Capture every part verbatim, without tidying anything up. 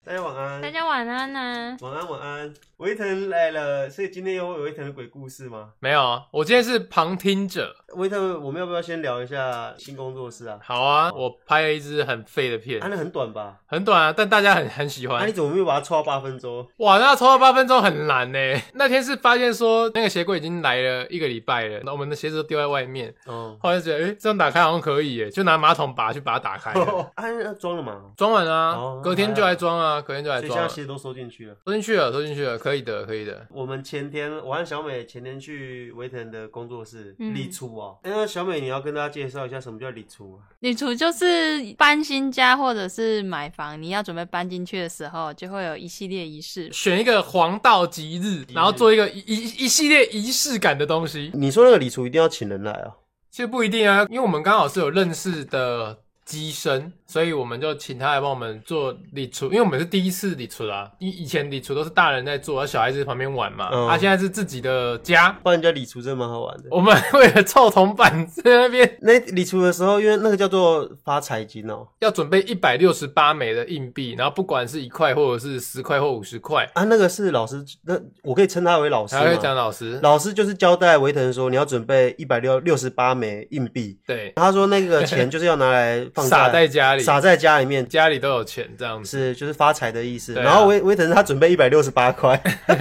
大家晚安。 大家晚安啊！ 晚安晚安。维腾来了，所以今天有维腾的鬼故事吗？ 没有啊，我今天是旁听者。 维腾，我们要不要先聊一下新工作室啊？ 好啊，我拍了一支很废的片， 啊，那很短吧？ 很短啊，但大家很很喜欢。 啊，你怎么没有把它抽到八分钟？ 哇，那抽到八分钟很难呢。那天是发现说那个鞋柜已经来了一个礼拜了，那我们的鞋子都丢在外面。哦，后来就觉得，诶，这样打开好像可以耶，就拿马桶把去把它打开了。 哦、啊，那装了吗？ 装完啊， 哦、 隔天就来装啊，隔天就来装。 所以现在鞋都收进去了， 收进去了，收进去了，可以的，可以的。 我们前天，我和小美前天去维腾的工作室嗯、 理厨哦。那小美，你要跟大家介绍一下什么叫理厨啊？ 理厨就是搬新家或者是买房，你要准备搬进去的时候，就会有一系列仪式， 选一个黄道吉日，然后做一个一一一系列仪式感的东西。 你说那个理厨一定要请人来啊？ 其实不一定啊，因为我们刚好是有认识的机身，所以我们就请他来帮我们做理厨，因为我们是第一次理厨啦，以以前理厨都是大人在做，小孩子在旁边玩嘛，嗯、啊，现在是自己的家， 帮人家理厨真的蛮好玩的。 我们为了凑铜板在那边， 那理厨的时候，因为那个叫做发财金哦， 要准备一百六十八枚的硬币，然后不管是一块或者是十块或五十块啊，那个是老师，那我可以称他为老师吗？ 还可以讲老师， 老师就是交代维腾说你要准备一百六十八枚硬币， 对， 他说那个钱就是要拿来放在撒在家里， 撒在家里面， 家里都有钱这样子， 是就是发财的意思。 啊、 然后维维腾他准备一百六十八块，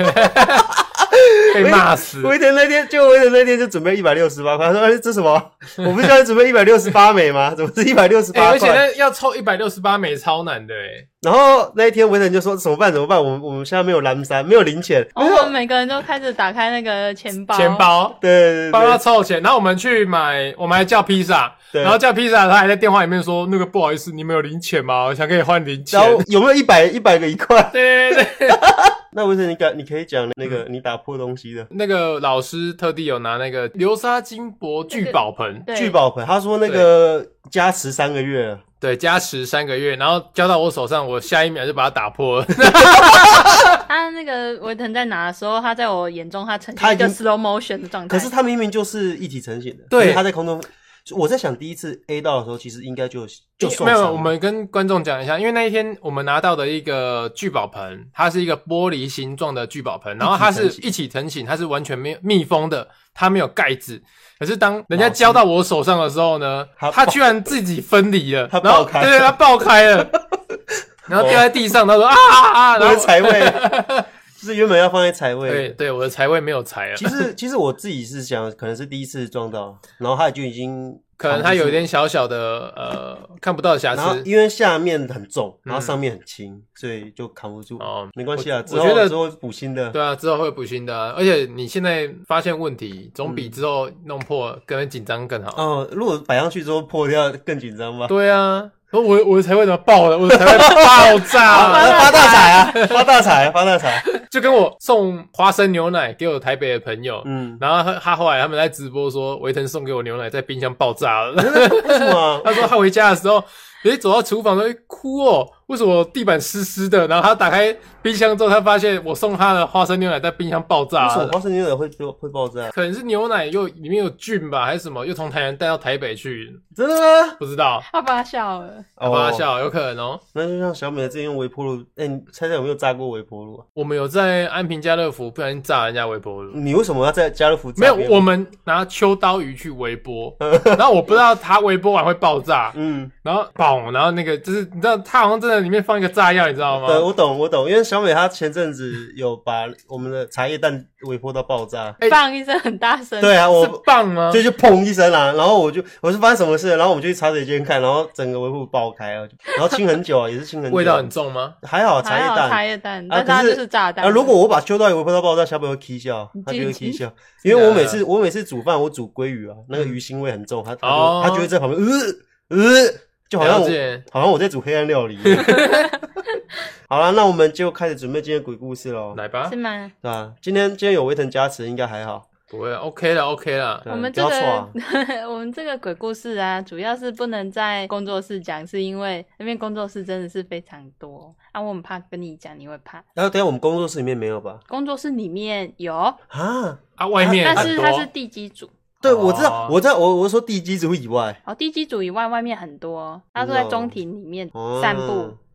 被骂死。 维腾那天就维腾那天就准备一百六十八块，他说：“哎，这什么？我不是叫你准备一百六十八枚吗？怎么是一百六十八块？” 而且那要凑一百六十八枚超难的哎。 然后那一天维腾就说：“怎么办？怎么办？我们我们现在没有蓝山，没有零钱。” 我们每个人都开始打开那个钱包， 钱包， 对对对， 帮他凑钱。然后我们去买，我们还叫披萨，然后叫披萨，他还在电话里面说：“那个不好意思，你们有零钱吗？我想可以换零钱。” 然后有没有一百一百个一块？ 对对对。 那维腾，你敢你可以讲那个、嗯、你打破东西的那个老师特地有拿那个流沙金箔聚宝盆， 聚宝盆，他说那个加持三个月了。 对，加持三个月，然后交到我手上，我下一秒就把它打破了。 他那个维腾在拿的时候，他在我眼中，他呈现一个 slow motion 的状态。 可是他明明就是一体成型的， 对， 他在空中。我在想，第一次 A 到的时候，其实应该就就受伤了。 没有，我们跟观众讲一下，因为那一天我们拿到的一个聚宝盆，它是一个玻璃形状的聚宝盆，然后它是一起成型，它是完全没有密封的，它没有盖子。可是当人家交到我手上的时候呢，它居然自己分离了， 它爆开了， 对对，它爆开了，然后掉在地上，他说啊啊， 然后财位。就是原本要放在财位， 对对，我的财位没有财了。 其实其实我自己是想，可能是第一次撞到，然后他就已经可能他有一点小小的呃看不到的瑕疵， 然后因为下面很重，然后上面很轻，嗯、所以就扛不住。哦，没关系啊，之后我觉得之后补新的。 对啊，之后会补新的、啊，而且你现在发现问题，总比之后弄破更紧张更好。 哦，如果摆上去之后破掉更紧张吧？ 对啊。我我的财位怎么爆了？我的财位爆炸、 啊，发大财啊！发大财，发大财！ 就跟我送花生牛奶给我台北的朋友， 嗯， 然后他他后来他们在直播说，维腾送给我牛奶在冰箱爆炸了。 为什么？ 他说他回家的时候，诶，走到厨房说，诶，哭哦，为什么地板湿湿的？然后他打开冰箱之后，他发现我送他的花生牛奶在冰箱爆炸了。 为什么花生牛奶会会爆炸？ 可能是牛奶又里面有菌吧，还是什么？又从台南带到台北去？ 真的吗？ 不知道， 他发酵了， 他发酵有可能哦。 那就像小美之前用微波炉，哎、欸，你猜猜有没有炸过微波炉啊？ 我们有在安平家乐福不小心炸人家微波炉。 你为什么要在家乐福炸？ 没有，我们拿秋刀鱼去微波，然后我不知道它微波完会爆炸，嗯，然后嘣，然后那个就是你知道，它好像真的里面放一个炸药，你知道吗？ 对，我懂，我懂，因为小美她前阵子有把我们的茶叶蛋微波到爆炸， 棒一声很大声。 对啊，我是棒吗？ 就就砰一声啦，然后我就我是发生什么事，然后我们就去茶水间看，然后整个微波爆开了，然后清很久啊，也是清很久。 味道很重吗？ 还好，茶叶蛋， 茶叶蛋，但是它就是炸弹。 啊，如果我把秋刀鱼微波到爆炸，小美会起笑，她就会起笑，因为我每次我每次煮饭，我煮鲑鱼啊，那个鱼腥味很重，她她就她就会在旁边，呃呃，就好像我好像我在煮黑暗料理。好啦，那我们就开始准备今天的鬼故事咯。 来吧， 是吗？ 对吧？今天今天有维腾加持，应该还好。 不会 ，OK 了 ，OK 了。 我们这个我们这个鬼故事啊，主要是不能在工作室讲，是因为那边工作室真的是非常多啊，我很怕跟你讲，你会怕。 然后等一下我们工作室里面没有吧？ 工作室里面有啊啊，外面但是它是地基组。 对，我知道，我知道，我我说地基组以外， 哦，地基组以外，外面很多，它都在中庭里面散步。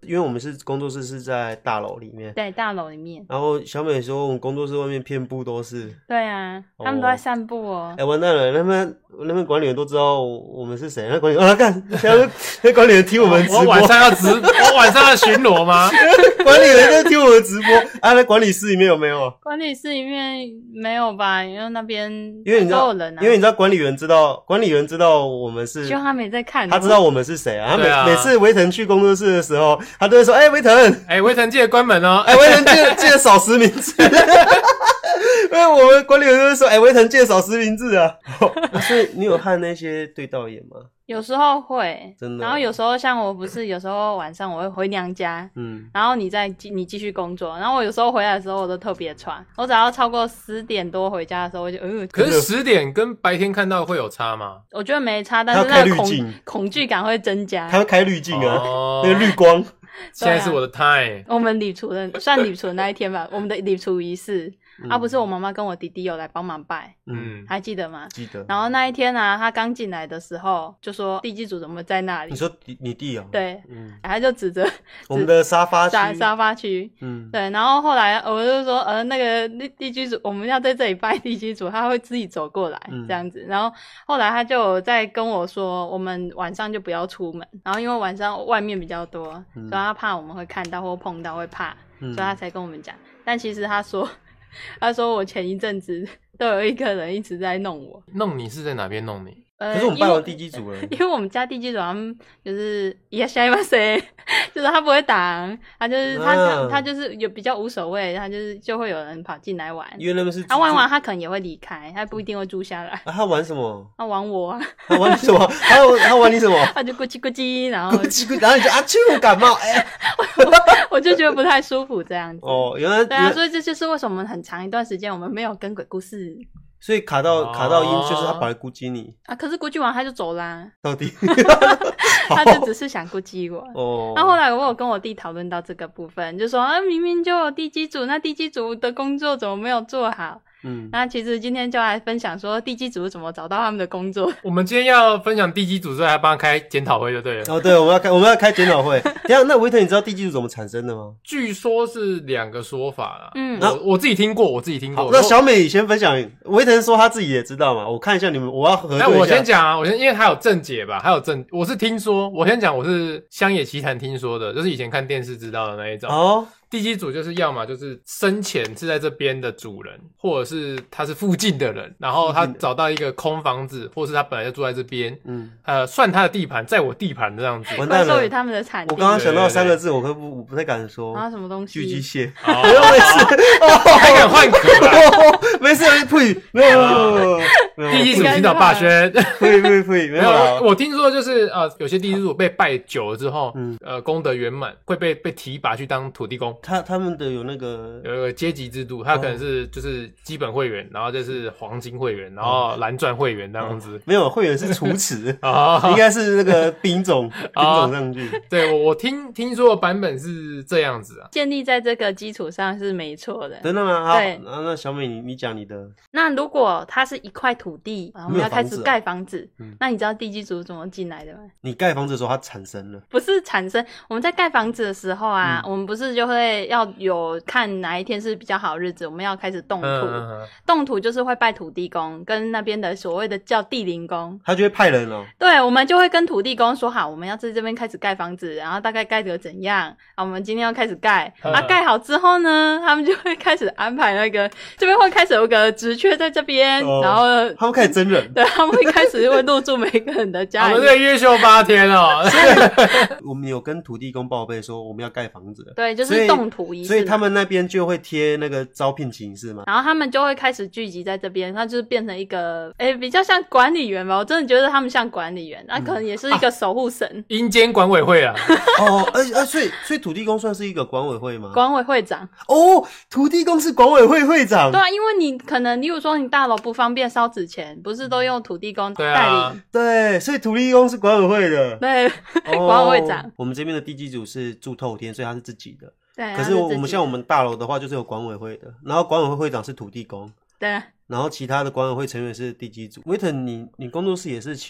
因为我们是工作室是在大楼里面， 对，大楼里面。 然后小美说我们工作室外面遍布都是。 对啊，他们都在散步哦。 哎、欸，完蛋了，那边那边管理员都知道我们是谁，那管理员啊，干，那管理员听我们直播， 我晚上要直，我晚上要巡逻吗？ 管理员在听我们直播啊，那管理室里面有没有？ 管理室里面没有吧？因为那边因为你知道， 人啊， 因为你知道管理员知道，管理员知道我们是， 希望他没在看， 他知道我们是谁啊？他每、 啊、 每次维腾去工作室的时候，他都会说：“哎、欸，维腾， 哎、欸，维腾记得关门哦， 哎、欸，维腾记得记得扫实名制。”因为我们管理员都会说：“哎、欸，维腾记得扫实名制啊。啊”所以你有和那些对到眼吗？ 有时候会， 真的。 然后有时候像我不是，有时候晚上我会回娘家，嗯，然后你再你继续工作，然后我有时候回来的时候我都特别喘，我只要超过十点多回家的时候，我就呃。 可是十点跟白天看到会有差吗？ 我觉得没差，但是那个恐恐惧感会增加。 它会开滤镜啊，哦、那个绿光。 现在是我的 time。 我们礼厨的算礼厨的那一天吧，我们的礼厨仪式。嗯、啊，不是我妈妈跟我弟弟有来帮忙拜，嗯，还记得吗？ 记得。 然后那一天啊，他刚进来的时候就说地基主怎么在那里？ 你说你弟哦？ 对，嗯，他就指着我们的沙发区， 沙沙发区，嗯，对。然后后来我就说，呃，那个地基主我们要在这里拜地基主，他会自己走过来、嗯、这样子。然后后来他就在跟我说，我们晚上就不要出门，然后因为晚上外面比较多，嗯、所以他怕我们会看到或碰到会怕，嗯、所以他才跟我们讲。但其实他说。他说我前一阵子都有一个人一直在弄我， 弄你是在哪边弄你？ 可是我们拜完地基主了， 因为我们家地基主他们就是也下一把谁，就是他不会挡，他就是他、啊、他就是有比较无所谓，他就是就会有人跑进来玩， 因为那边是他玩完他可能也会离开，他不一定会住下来。 啊、他玩什么？ 他玩我啊！ 他玩你什么？他他玩你什么？ 他就咕叽咕叽，然后咕叽咕，然后你就啊啾感冒，哎、欸， 我就觉得不太舒服这样子。 哦，原来对啊，所以这就是为什么很长一段时间我们没有跟鬼故事。 所以卡到、哦、卡到音就是他跑来咕叽你啊，可是咕叽完他就走啦。 到底他就只是想咕叽我。哦。那后来我有跟我弟讨论到这个部分，就说啊，明明就有地基组，那地基组的工作怎么没有做好？嗯，那其实今天就来分享说地基组怎么找到他们的工作。 我们今天要分享地基组，所以还帮他开检讨会就对了。 哦，对，我们要开我们要开检讨会。等一下，那维腾，你知道地基组怎么产生的吗？ 据说是两个说法啦。嗯，我我自己听过，我自己听过。 那小美先分享，维腾说他自己也知道嘛，我看一下你们，我要核对一下。 那我先讲啊，我先因为还有正解吧，还有正，我是听说，我先讲我是乡野奇谈听说的，就是以前看电视知道的那一种。哦。地基主就是要么就是生前是在这边的主人，或者是他是附近的人，然后他找到一个空房子，或是他本来就住在这边，嗯，呃，算他的地盘，在我地盘这样子， 会授予他们的产地。 我刚刚想到三个字，我可不我不太敢说啊，什么东西？ 巨机蟹， 哦、没事，还敢换壳啊？ 没事，呸，没有没有， 地基主听到霸轩， 呸呸呸，没有。 我听说就是呃，有些地基主被拜久了之后，嗯，呃，功德圆满，会被被提拔去当土地公。 他他们的有那个有一个阶级制度，他可能是就是基本会员，然后就是黄金会员，然后蓝钻会员这样子。 没有，会员是厨池应该是那个兵种兵种上去。 对，我我听听说的版本是这样子啊， 建立在这个基础上是没错的。 真的吗？好，对，那小美你你讲你的。 那如果它是一块土地，我们要开始盖房子，嗯、那你知道地基主怎么进来的吗？ 你盖房子的时候它产生了？ 不是产生，我们在盖房子的时候啊，嗯、我们不是就会要有看哪一天是比较好日子，我们要开始动土。嗯嗯嗯动土就是会拜土地公，跟那边的所谓的叫地灵公， 他就会派人哦。 对，我们就会跟土地公说好，我们要在这边开始盖房子，然后大概盖得怎样啊？我们今天要开始盖、嗯、啊，盖好之后呢，他们就会开始安排那个这边会开始有个职缺在这边、哦，然后他们开始真人， 对，他们会开始会入住每个人的家里。 我们这月休八天哦。 我们有跟土地公报备说我们要盖房子， 对，就是动土仪式， 所以他们那边就会贴那个招聘启事嘛， 然后他们就会开始聚集在这边，他就是变成一个诶比较像管理员吧，我真的觉得他们像管理员，那、嗯、可能也是一个守护神， 阴间管委会啊。 哦，而且、呃、所以所以土地公算是一个管委会吗？ 管委会长。 哦，土地公是管委会会长。 对啊，因为你可能例如说你大楼不方便烧纸钱，不是都用土地公带领？对啊， 对，所以土地公是管委会的。 对，哦、管委会长。 我们这边的地基主是住透天，所以他是自己的。对，可是我们像我们大楼的话，就是有管委会的，然后管委会会长是土地公， 对， 然后其他的管委会成员是地基主。维腾，你你工作室也是请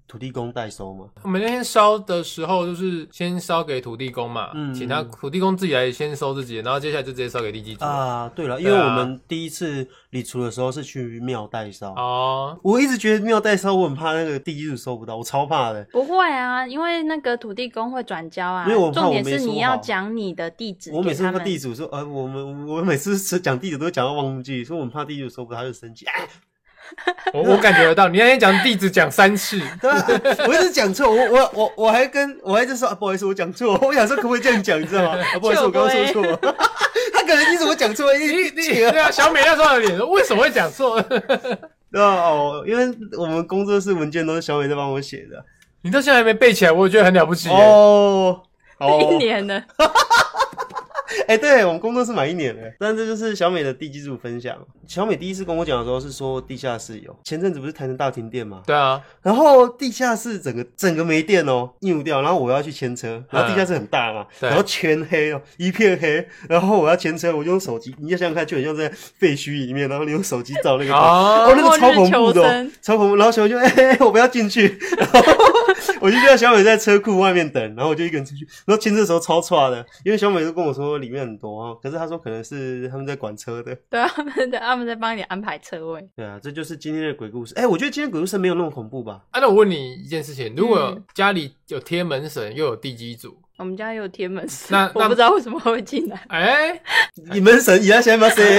土地公代收吗？ 我们那天烧的时候，就是先烧给土地公嘛，嗯，请他土地公自己来先收自己的，然后接下来就直接烧给地基主啊。对了，因为我们第一次礼厨的时候是去庙代烧哦， 我一直觉得庙代烧我很怕那个地基主收不到，我超怕的。 不会啊，因为那个土地公会转交啊， 因为我怕我没说好， 重点是你要讲你的地址给他们。 我每次怕地主说，呃，我们我每次讲地址都讲到忘记，所以我们怕地主收不到，他就生气。哎我我感觉得到，你那天讲地址讲三次， 对啊，我一直讲错，我我我我还跟我还在说、啊，不好意思，我讲错，我想说可不可以这样讲，你知道吗？啊、不好意思，我刚刚说错了，他可能一直我讲错，一你你对啊，小美那时候的脸为什么会讲错？ 对啊，哦，因为我们工作室文件都是小美在帮我写的， 你到现在还没背起来，我觉得很了不起哦， 哦一年了。 哎、欸，对我们工作室满一年了，但这就是小美的地基主分享。小美第一次跟我讲的时候是说地下室有，前阵子不是台南大停电吗？ 对啊， 然后地下室整个整个没电哦，扭掉，然后我要去牵车，然后地下室很大嘛，嗯、然后全黑哦，一片黑，然后我要牵车，我就用手机，你要想想看，就很像在废墟里面，然后你用手机照那个，哦，哦那个超恐怖的、哦，超恐怖。然后小美就哎、欸，我不要进去，然后我就叫小美在车库外面等，然后我就一个人出去，然后牵车的时候超差的，因为小美就跟我说里面很多啊，可是她说可能是他们在管车的， 对啊，他们在他们在帮你安排车位。 对啊，这就是今天的鬼故事。哎、欸，我觉得今天鬼故事没有那么恐怖吧？ 啊，那我问你一件事情，如果家里有贴门神又有地基主， 我们家有贴门神， 那我不知道为什么会进来。 哎、欸， 你门神以前吗？谁？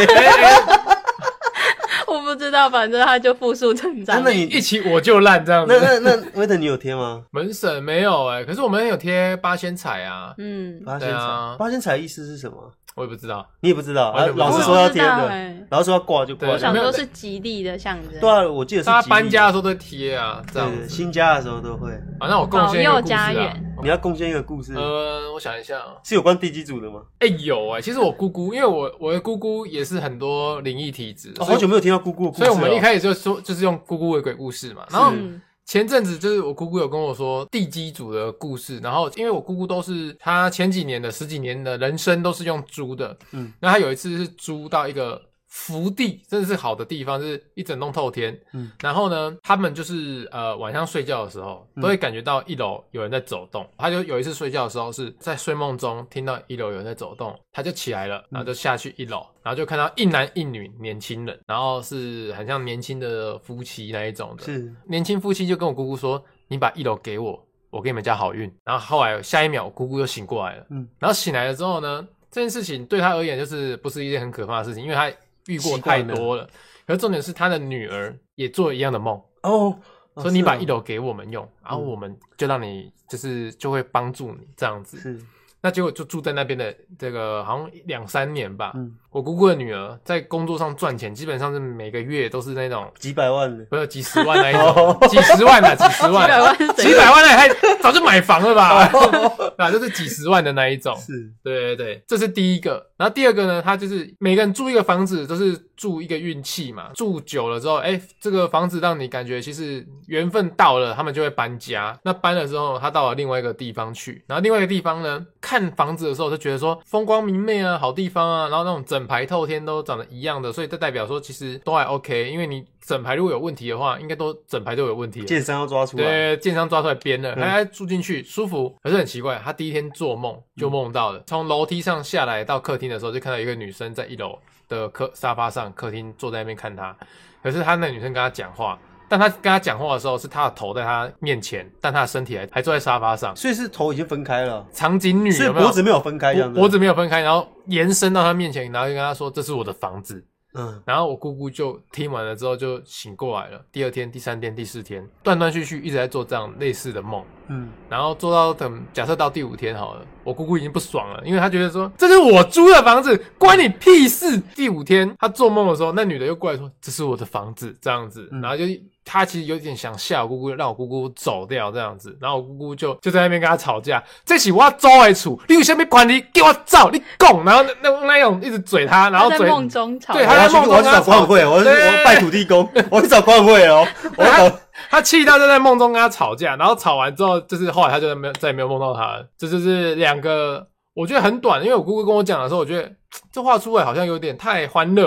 我不知道，反正他就复数成长。 啊、那你一起我就烂这样子。那那那威腾你有贴吗？ 门神没有哎、欸，可是我们有贴八仙彩啊。 嗯， 八仙彩，啊、八仙彩意思是什么？ 我也不知道， 你也不知道。 啊、 老师说要贴的， 欸、 老师说要挂就挂。 我想说是吉利的象征。 对啊，我记得是。 他搬家的时候都贴啊，这样子。 新家的时候都会。 啊，那我贡献一个故事啊。 你要贡献一个故事。 呃，我想一下， 是有关地基主的吗？ 哎、欸，有哎、欸。其实我姑姑，因为我我的姑姑也是很多灵异体质、 哦，好久没有听到姑姑的故事、哦。 所以我们一开始就说就是用姑姑的鬼故事嘛，然后。前阵子就是我姑姑有跟我说地基主的故事，然后因为我姑姑都是她前几年的十几年的人生都是用租的，嗯，那她有一次是租到一个福地，真的是好的地方，就是一整栋透天，嗯，然后呢，他们就是呃晚上睡觉的时候都会感觉到一楼有人在走动，他就有一次睡觉的时候是在睡梦中听到一楼有人在走动，他就起来了，然后就下去一楼。然后就看到一男一女年轻人，然后是很像年轻的夫妻那一种的。 是年轻夫妻就跟我姑姑说：“你把一楼给我，我给你们家好运。”然后后来下一秒，我姑姑又醒过来了。嗯，然后醒来了之后呢，这件事情对他而言就是不是一件很可怕的事情，因为他遇过太多了。可是重点是他的女儿也做了一样的梦哦，说你把一楼给我们用，然后我们就让你就是就会帮助你这样子。 是。 那结果就住在那边的这个好像两三年吧。嗯，我姑姑的女儿在工作上赚钱，基本上是每个月都是那种几百万的， 不是几十万那一种，几十万的，几十万， 几百万， 几百万的还早就买房了吧？啊，就是几十万的那一种。 是， 对对对，这是第一个。然后第二个呢，他就是每个人住一个房子都是住一个运气嘛，住久了之后，哎，这个房子让你感觉其实缘分到了，他们就会搬家。那搬了之后，他到了另外一个地方去，然后另外一个地方呢，看房子的时候就觉得说风光明媚啊，好地方啊，然后那种整排透天都长得一样的，所以这代表说其实都还 OK， 因为你整排如果有问题的话，应该都整排都有问题。 建商要抓出来， 对，建商抓出来编了，他住进去舒服。可是很奇怪，他第一天做梦就梦到了，从楼梯上下来到客厅的时候，就看到一个女生在一楼的客沙发上，客厅坐在那边看他。可是他那个女生跟他讲话。但他跟他讲话的时候，是他的头在他面前，但他的身体还还坐在沙发上， 所以是头已经分开了。 长颈女有没有， 所以脖子没有分开这样子， 脖子没有分开，然后延伸到他面前，然后就跟他说：“这是我的房子。” 嗯， 然后我姑姑就听完了之后就醒过来了。第二天、第三天、第四天，断断续续一直在做这样类似的梦。嗯，然后做到等假设到第五天好了，我姑姑已经不爽了，因为她觉得说这是我租的房子，关你屁事。第五天她做梦的时候，那女的又过来说这是我的房子这样子，嗯、然后就她其实有点想吓我姑姑，让我姑姑走掉这样子，然后我姑姑就就在那边跟她吵架，这是我要走的厝，你有什么管理给我走，你讲，然后那那那种一直嘴她，然后嘴在梦中吵， 对，她在梦中我要去找管委会，我我拜土地公，我去找管委会哦，我要找。他气到就在梦中跟他吵架，然后吵完之后，就是后来他就没有再也没有梦到他了。这就是两个，我觉得很短，因为我姑姑跟我讲的时候，我觉得这画出来好像有点太欢乐了。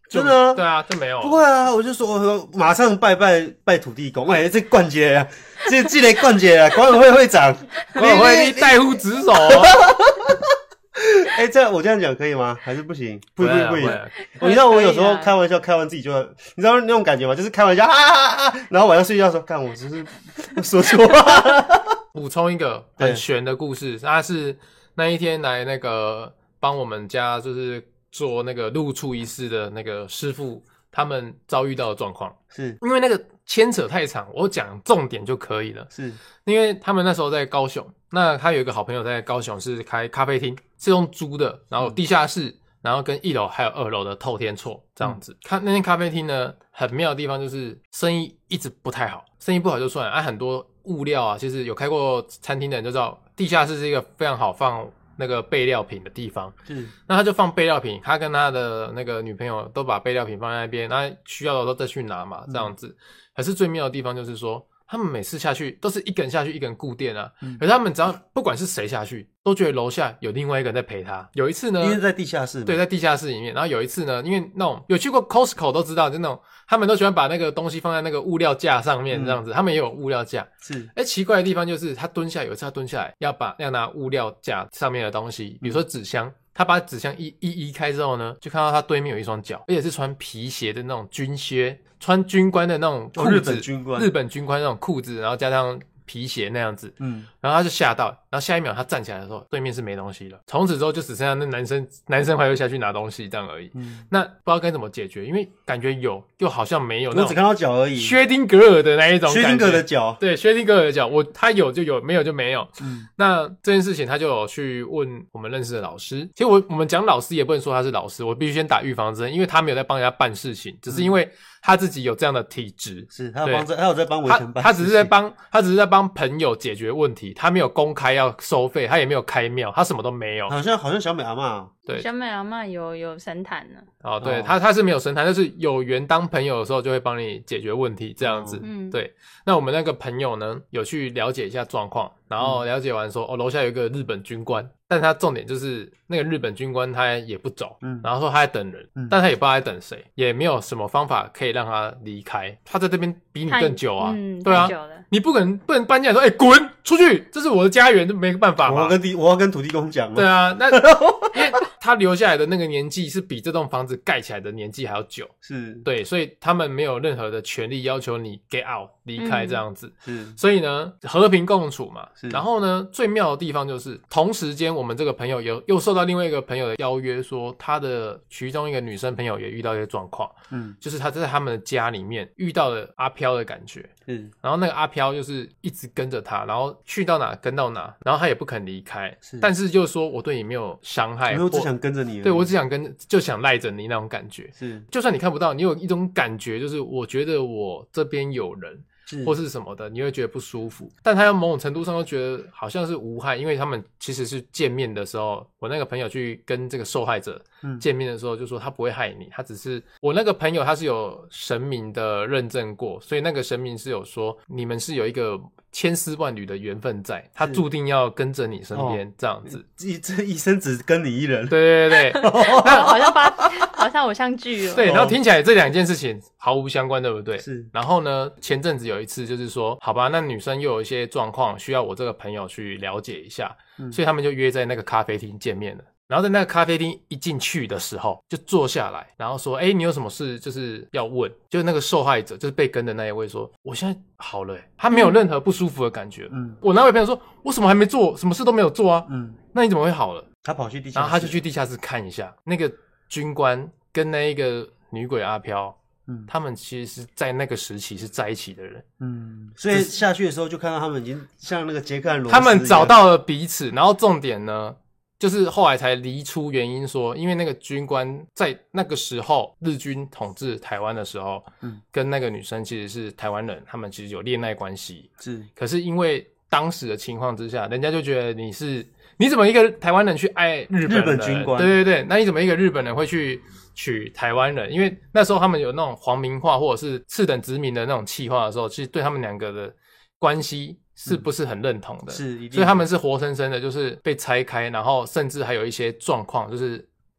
真的啊， 对啊，就没有。 不会啊，我就说我马上拜拜拜土地公，哎，这冠杰啊，这这个冠杰啊，管委会会长， 管委会你代户职守。 哎、欸，这样我这样讲可以吗？还是不行？不不不行！我你知道我有时候开玩笑，开完自己就，你知道那种感觉吗？就是开玩笑啊啊啊，然后晚上睡觉的时候，干我只是说错话。 补充一个很玄的故事，他是那一天来那个帮我们家就是做那个入厝仪式的那个师傅，他们遭遇到的状况， 是因为那个牵扯太长，我讲重点就可以了。是因为他们那时候在高雄，那他有一个好朋友在高雄是开咖啡厅，是用租的，然后地下室，然后跟一楼还有二楼的透天厝这样子。看、嗯、那间咖啡厅呢，很妙的地方就是生意一直不太好，生意不好就算了，啊，很多物料啊，其实有开过餐厅的人就知道，地下室是一个非常好放那个备料品的地方。是，那他就放备料品，他跟他的那个女朋友都把备料品放在那边，那需要的时候再去拿嘛，这样子。嗯、可是最妙的地方就是说，他们每次下去都是一个人下去，一个人顾店啊。嗯、可是他们只要不管是谁下去，都觉得楼下有另外一个人在陪他。有一次呢， 因为在地下室， 对，在地下室里面。然后有一次呢，因为那种有去过 Costco 都知道，就那种他们都喜欢把那个东西放在那个物料架上面，这样子。嗯、他们也有物料架。是，哎，奇怪的地方就是他蹲下，有一次他蹲下来要把要拿物料架上面的东西，比如说纸箱。他把纸箱一一移开之后呢，就看到他对面有一双脚，而且是穿皮鞋的那种军靴，穿军官的那种裤子， 哦、日本军官， 日本军官那种裤子，然后加上皮鞋那样子，嗯，然后他就吓到，然后下一秒他站起来的时候，对面是没东西了，从此之后就只剩下那男生，男生还会下去拿东西这样而已。嗯，那不知道该怎么解决，因为感觉有，又好像没有， 我只看到脚而已， 薛丁格尔的那一种感觉， 薛丁格尔的脚， 对，薛丁格尔的脚，我他有就有，没有就没有。嗯，那这件事情他就有去问我们认识的老师，其实我我们讲老师也不能说他是老师，我必须先打预防针，因为他没有在帮人家办事情，只是因为他自己有这样的体质， 是他有帮，他有在帮维权办事情， 他只是在帮，他只是在帮朋友解决问题，他没有公开要收费，他也没有开庙，他什么都没有。 好像好像小美阿嬷， 对，小美阿嬷有有神坛呢。 哦，对，哦、他他是没有神坛，就是有缘当朋友的时候就会帮你解决问题这样子。嗯，对。那我们那个朋友呢，有去了解一下状况，然后了解完说，嗯、哦，楼下有一个日本军官，但他重点就是那个日本军官他也不走，嗯，然后说他在等人，嗯，但他也不知道在等谁，也没有什么方法可以让他离开，他在这边比你更久啊，嗯，对啊，你不可能不能搬进来说，哎、欸，滚出去，这是我的家园，就没办法嘛。 我要跟地，我要跟土地公讲。 对啊，那因为他留下来的那个年纪是比这栋房子盖起来的年纪还要久，是对，所以他们没有任何的权利要求你 get out 离开这样子，是、嗯，所以呢，和平共处嘛。然后呢，最妙的地方就是同时间，我们这个朋友有又受到另外一个朋友的邀约，说他的其中一个女生朋友也遇到一些状况，嗯，就是他在他们的家里面遇到了阿飘的感觉，嗯，然后那个阿飘就是一直跟着他，然后去到哪跟到哪，然后他也不肯离开，是，但是就说我对你没有伤害， 我只想跟着你， 对我只想跟就想赖着你那种感觉，是，就算你看不到，你有一种感觉，就是我觉得我这边有人。是或是什么的，你会觉得不舒服，但他某种程度上都觉得好像是无害，因为他们其实是见面的时候，我那个朋友去跟这个受害者见面的时候就说他不会害你，他只是我那个朋友他是有神明的认证过，所以那个神明是有说你们是有一个千丝万缕的缘分在，他注定要跟着你身边、哦、这样子， 这一生只跟你一人， 对对对对好像把好像偶像剧哦， 对，然后听起来这两件事情毫无相关，对不对？是。然后呢，前阵子有一次就是说，好吧，那女生又有一些状况需要我这个朋友去了解一下、嗯、所以他们就约在那个咖啡厅见面了。然后在那个咖啡厅一进去的时候就坐下来，然后说诶你有什么事就是要问，就那个受害者就是被跟的那一位说我现在好了，他没有任何不舒服的感觉。嗯，我那位朋友说我什么还没做，什么事都没有做啊。嗯，那你怎么会好了？ 他跑去地下室， 然后他就去地下室看一下那个军官跟那一个女鬼阿飘，嗯，他们其实是在那个时期是在一起的人。 嗯，所以下去的时候就看到他们已经像那个杰克和罗斯， 他们找到了彼此，然后重点呢就是后来才厘出原因说，因为那个军官在那个时候日军统治台湾的时候，嗯，跟那个女生其实是台湾人，他们其实有恋爱关系，是。可是因为当时的情况之下，人家就觉得你是你怎么一个台湾人去爱日本人？ 日本军官， 对对对，那你怎么一个日本人会去娶台湾人？因为那时候他们有那种皇民化或者是次等殖民的那种企划的时候，其实对他们两个的关系是不是很认同的、嗯、是，所以他们是活生生的就是被拆开，然后甚至还有一些状况就是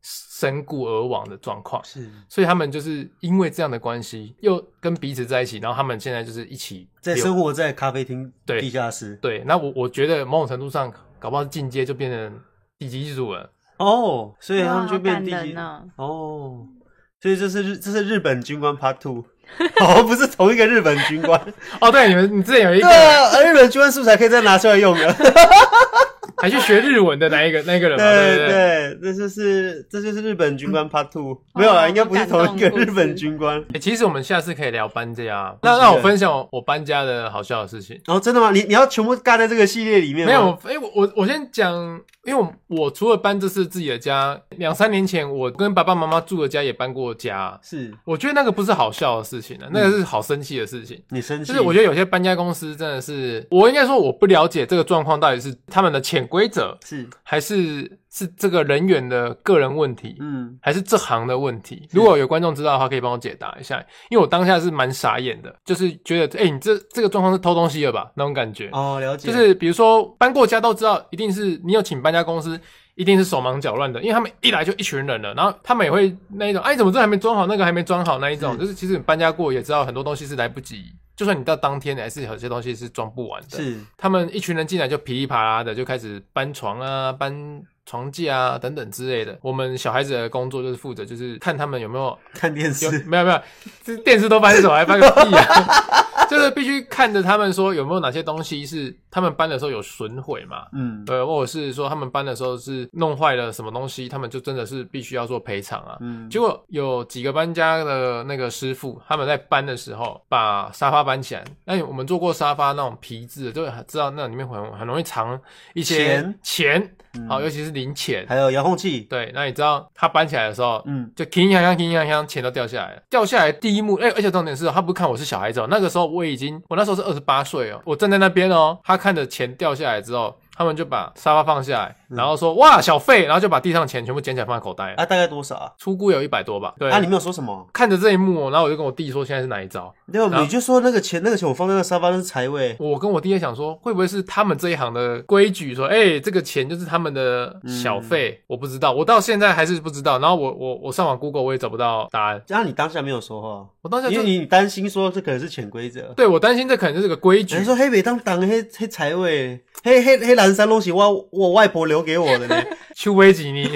身故而亡的状况， 是， 所以他们就是因为这样的关系，又跟彼此在一起，然后他们现在就是一起在生活在咖啡厅地下室。 对，那我我觉得某种程度上，搞不好进阶就变成地基主了。 哦，所以他们就变地基、 啊、 哦，所以这是日这是日本军官 Part Two。哦，不是同一个日本军官哦，对，你们你之前有一个， 对啊，日本军官素材可以再拿出来用的。 还去学日文的那一个那一个人嘛？ 对对对, 对，这就是这就是日本军官 Part Two，、嗯、没有啊，应该不是同一个日本军官。 欸、其实我们下次可以聊搬家，那让我分享我搬家的好笑的事情。 哦，真的吗？你你要全部尬在这个系列里面吗？ 没有，哎、欸，我我我先讲，因为我我除了搬这次自己的家，两三年前我跟爸爸妈妈住的家也搬过家。 是， 我觉得那个不是好笑的事情啊，那个是好生气的事情。 你生气？ 就是我觉得有些搬家公司真的是，我应该说我不了解这个状况到底是他们的潜规则是。还是是这个人员的个人问题，嗯，还是这行的问题？如果有观众知道的话，可以帮我解答一下。因为我当下是蛮傻眼的，就是觉得，哎、欸，你这这个状况是偷东西了吧？那种感觉。 哦，了解。 就是比如说搬过家都知道，一定是你有请搬家公司，一定是手忙脚乱的，因为他们一来就一群人了，然后他们也会那一种，哎，怎么这还没装好，那个还没装好那一种，就是其实你搬家过也知道很多东西是来不及。就算你到当天，还是有些东西是装不完的。是，他们一群人进来就噼里啪啦的就开始搬床啊、搬床架啊等等之类的。我们小孩子的工作就是负责，就是看他们有没有看电视。 没有没有，这电视都搬走，还搬个屁啊！就是必须看着他们说有没有哪些东西是他们搬的时候有损毁嘛，嗯，对，或者是说他们搬的时候是弄坏了什么东西，他们就真的是必须要做赔偿啊。嗯，结果有几个搬家的那个师傅，他们在搬的时候把沙发搬起来，那我们做过沙发那种皮质的，就知道那里面很很容易藏一些钱，钱嗯、好，尤其是零钱， 还有遥控器。 对，那你知道他搬起来的时候，嗯，就铿锵锵铿锵锵，钱都掉下来了。掉下来第一幕，哎、欸，而且重点是，他不看我是小孩子哦，那个时候我已经，我那时候是二十八岁哦，我站在那边哦，他看着钱掉下来之后，他们就把沙发放下来，然后说、嗯、哇小费，然后就把地上钱全部捡起来放在口袋。 啊，大概多少啊？ 初估有一百多吧。对啊，你没有说什么？ 看着这一幕、哦，然后我就跟我弟说现在是哪一招？ 对，你就说那个钱，那个钱我放在那个沙发那是财位。 我跟我弟也想说，会不会是他们这一行的规矩？说，哎、欸，这个钱就是他们的小费、嗯，我不知道，我到现在还是不知道。然后我我我上网 Google 我也找不到答案。 这样你当下没有说话？ 我当下就因为你担心说这可能是潜规则。 对，我担心这可能是个规矩。 你说黑北当当黑黑财位，黑黑黑蓝山东西我我外婆留给我的呢。 邱威吉尼。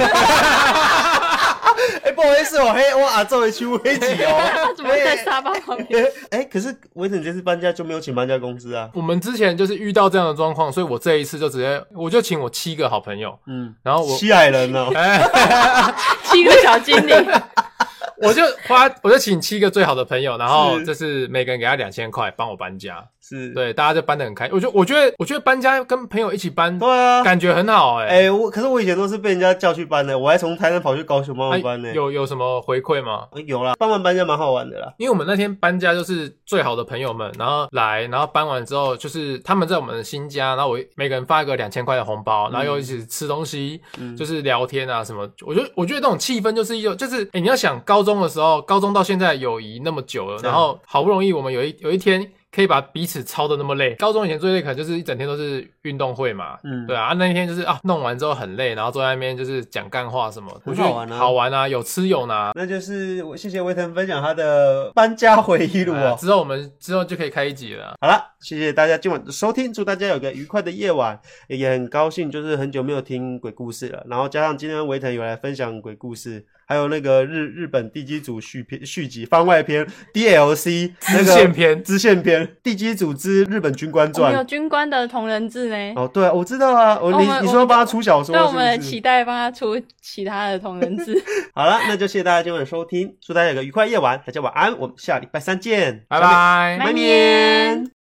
哎、欸，不好意思哦，嘿，我阿祖的邱威吉哦， 他怎么会在沙发旁边？ 哎、欸，可是维腾这次搬家就没有请搬家公司啊。 我们之前就是遇到这样的状况，所以我这一次就直接我就请我七个好朋友，嗯，然后我七矮人哦， 七个小精灵。 我就花，我就请七个最好的朋友，然后就是每个人给他两千块，帮我搬家。是，对，大家就搬得很开。我觉得，我觉得，我觉得搬家跟朋友一起搬， 对啊， 感觉很好哎、欸。 哎、欸，我可是我以前都是被人家叫去搬的，我还从台南跑去高雄帮我搬呢、欸啊。有有什么回馈吗？ 有啦，帮忙搬家蛮好玩的啦。 因为我们那天搬家就是最好的朋友们，然后来，然后搬完之后，就是他们在我们的新家，然后我每个人发一个两千块的红包，然后又一起吃东西，嗯、就是聊天啊什么。我觉得，我觉得那种气氛就是一种，就是哎、欸，你要想高中的时候，高中到现在友谊那么久了，然后好不容易我们有一有一天。可以把彼此操得那么累。高中以前最累可能就是一整天都是运动会嘛，嗯，对啊，啊那一天就是啊弄完之后很累，然后坐在那边就是讲干话什么， 很好玩啊， 好玩啊，有吃有拿。 那就是我谢谢维腾分享他的搬家回忆录哦、 啊。之后我们之后就可以开一集了。 好了，谢谢大家今晚的收听，祝大家有个愉快的夜晚，也很高兴就是很久没有听鬼故事了，然后加上今天维腾有来分享鬼故事。还有那个日日本地基组续篇续集番外篇 D L C 支线篇支线篇地基组之日本军官传， 我们有军官的同人志呢。 哦，对啊，我知道啊，我你你说帮他出小说， 对， 是我们期待帮他出其他的同人志。 好了，那就谢谢大家今晚的收听，祝大家有个愉快夜晚，大家晚安，我们下礼拜三见， 拜拜， 拜年。